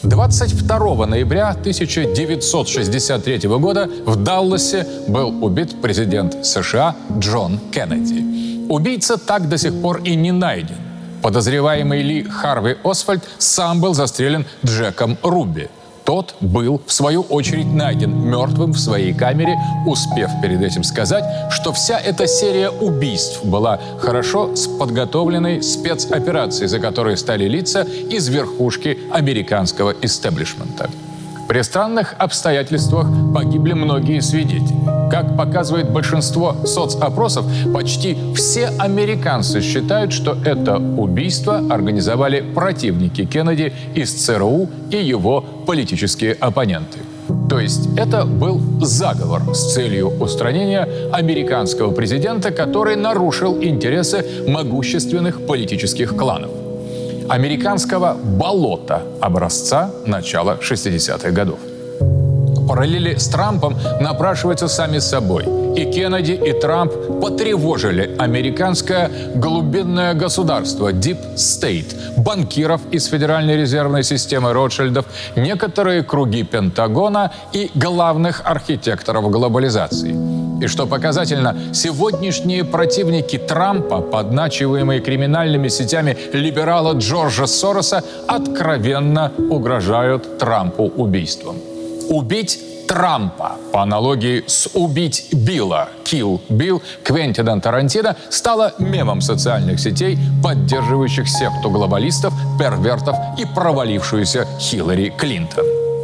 22 ноября 1963 года в Далласе был убит президент США Джон Кеннеди. Убийца так до сих пор и не найден. Подозреваемый Ли Харви Освальд сам был застрелен Джеком Руби. Тот был, в свою очередь, найден мертвым в своей камере, успев перед этим сказать, что вся эта серия убийств была хорошо подготовленной спецоперацией, за которой стали лица из верхушки американского истеблишмента. При странных обстоятельствах погибли многие свидетели. Как показывает большинство соцопросов, почти все американцы считают, что это убийство организовали противники Кеннеди из ЦРУ и его политические оппоненты. То есть это был заговор с целью устранения американского президента, который нарушил интересы могущественных политических кланов. Американского болота образца начала 60-х годов. Параллели с Трампом напрашиваются сами собой. И Кеннеди, и Трамп потревожили американское глубинное государство Deep State, банкиров из Федеральной резервной системы Ротшильдов, некоторые круги Пентагона и главных архитекторов глобализации. И что показательно, сегодняшние противники Трампа, подначиваемые криминальными сетями либерала Джорджа Сороса, откровенно угрожают Трампу убийством. Убить Трампа, по аналогии с «убить Билла», «Kill Bill» Квентина Тарантино, стало мемом социальных сетей, поддерживающих секту глобалистов, первертов и провалившуюся Хиллари Клинтон.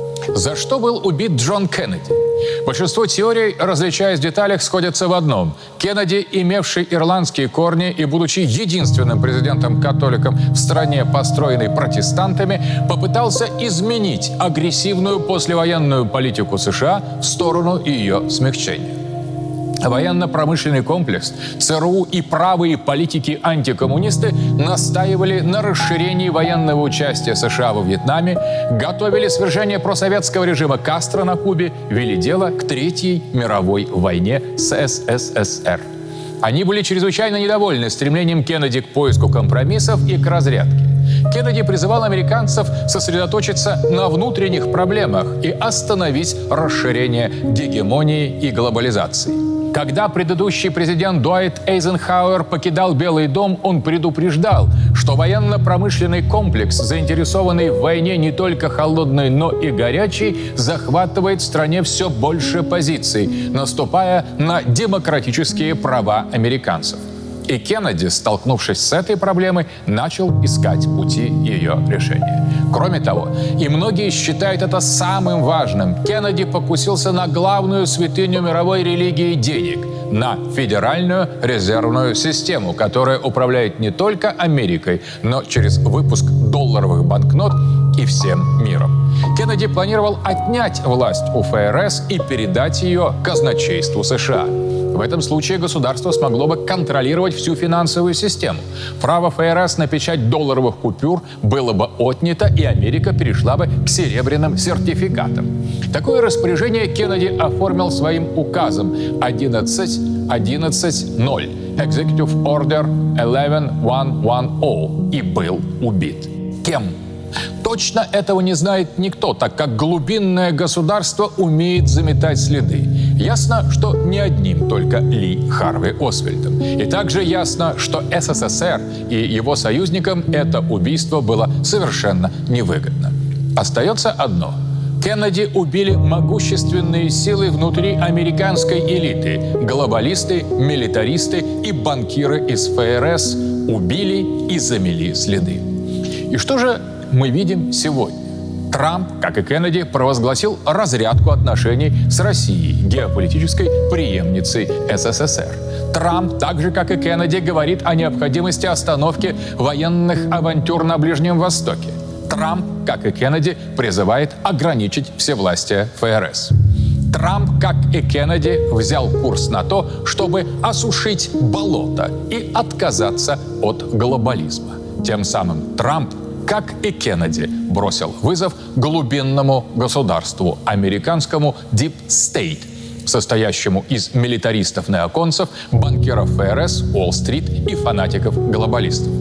За что был убит Джон Кеннеди? Большинство теорий, различаясь в деталях, сходятся в одном. Кеннеди, имевший ирландские корни и будучи единственным президентом-католиком в стране, построенной протестантами, попытался изменить агрессивную послевоенную политику США в сторону ее смягчения. Военно-промышленный комплекс, ЦРУ и правые политики-антикоммунисты настаивали на расширении военного участия США во Вьетнаме, готовили свержение просоветского режима Кастро на Кубе, вели дело к Третьей мировой войне с СССР. Они были чрезвычайно недовольны стремлением Кеннеди к поиску компромиссов и к разрядке. Кеннеди призывал американцев сосредоточиться на внутренних проблемах и остановить расширение гегемонии и глобализации. Когда предыдущий президент Дуайт Эйзенхауэр покидал Белый дом, он предупреждал, что военно-промышленный комплекс, заинтересованный в войне не только холодной, но и горячей, захватывает в стране все больше позиций, наступая на демократические права американцев. И Кеннеди, столкнувшись с этой проблемой, начал искать пути ее решения. Кроме того, и многие считают это самым важным, Кеннеди покусился на главную святыню мировой религии денег – на Федеральную резервную систему, которая управляет не только Америкой, но через выпуск долларовых банкнот и всем миром. Кеннеди планировал отнять власть у ФРС и передать ее казначейству США. В этом случае государство смогло бы контролировать всю финансовую систему. Право ФРС на печать долларовых купюр было бы отнято, и Америка перешла бы к серебряным сертификатам. Такое распоряжение Кеннеди оформил своим указом 11.11.0 Executive Order 11.110 и был убит. Кем? Точно этого не знает никто, так как глубинное государство умеет заметать следы. Ясно, что не одним только Ли Харви Освальдом. И также ясно, что СССР и его союзникам это убийство было совершенно невыгодно. Остается одно. Кеннеди убили могущественные силы внутри американской элиты. Глобалисты, милитаристы и банкиры из ФРС убили и замели следы. И что же мы видим сегодня? Трамп, как и Кеннеди, провозгласил разрядку отношений с Россией, геополитической преемницей СССР. Трамп, так же как и Кеннеди, говорит о необходимости остановки военных авантюр на Ближнем Востоке. Трамп, как и Кеннеди, призывает ограничить всевластие ФРС. Трамп, как и Кеннеди, взял курс на то, чтобы осушить болото и отказаться от глобализма. Тем самым Трамп, как и Кеннеди, бросил вызов глубинному государству, американскому Deep State, состоящему из милитаристов-неоконцев, банкиров ФРС, Уолл-стрит и фанатиков-глобалистов.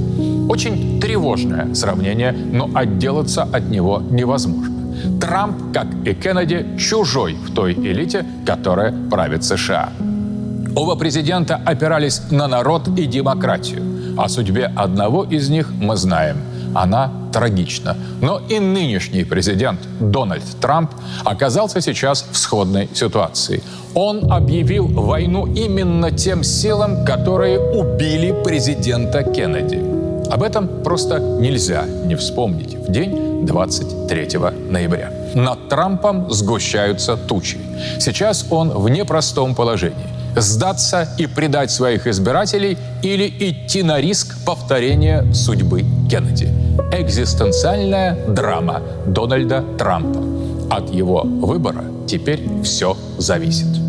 Очень тревожное сравнение, но отделаться от него невозможно. Трамп, как и Кеннеди, чужой в той элите, которая правит США. Оба президента опирались на народ и демократию. О судьбе одного из них мы знаем. Она трагична. Но и нынешний президент Дональд Трамп оказался сейчас в сходной ситуации. Он объявил войну именно тем силам, которые убили президента Кеннеди. Об этом просто нельзя не вспомнить в день 23 ноября. Над Трампом сгущаются тучи. Сейчас он в непростом положении. Сдаться и предать своих избирателей или идти на риск повторения судьбы Кеннеди. Экзистенциальная драма Дональда Трампа. От его выбора теперь все зависит.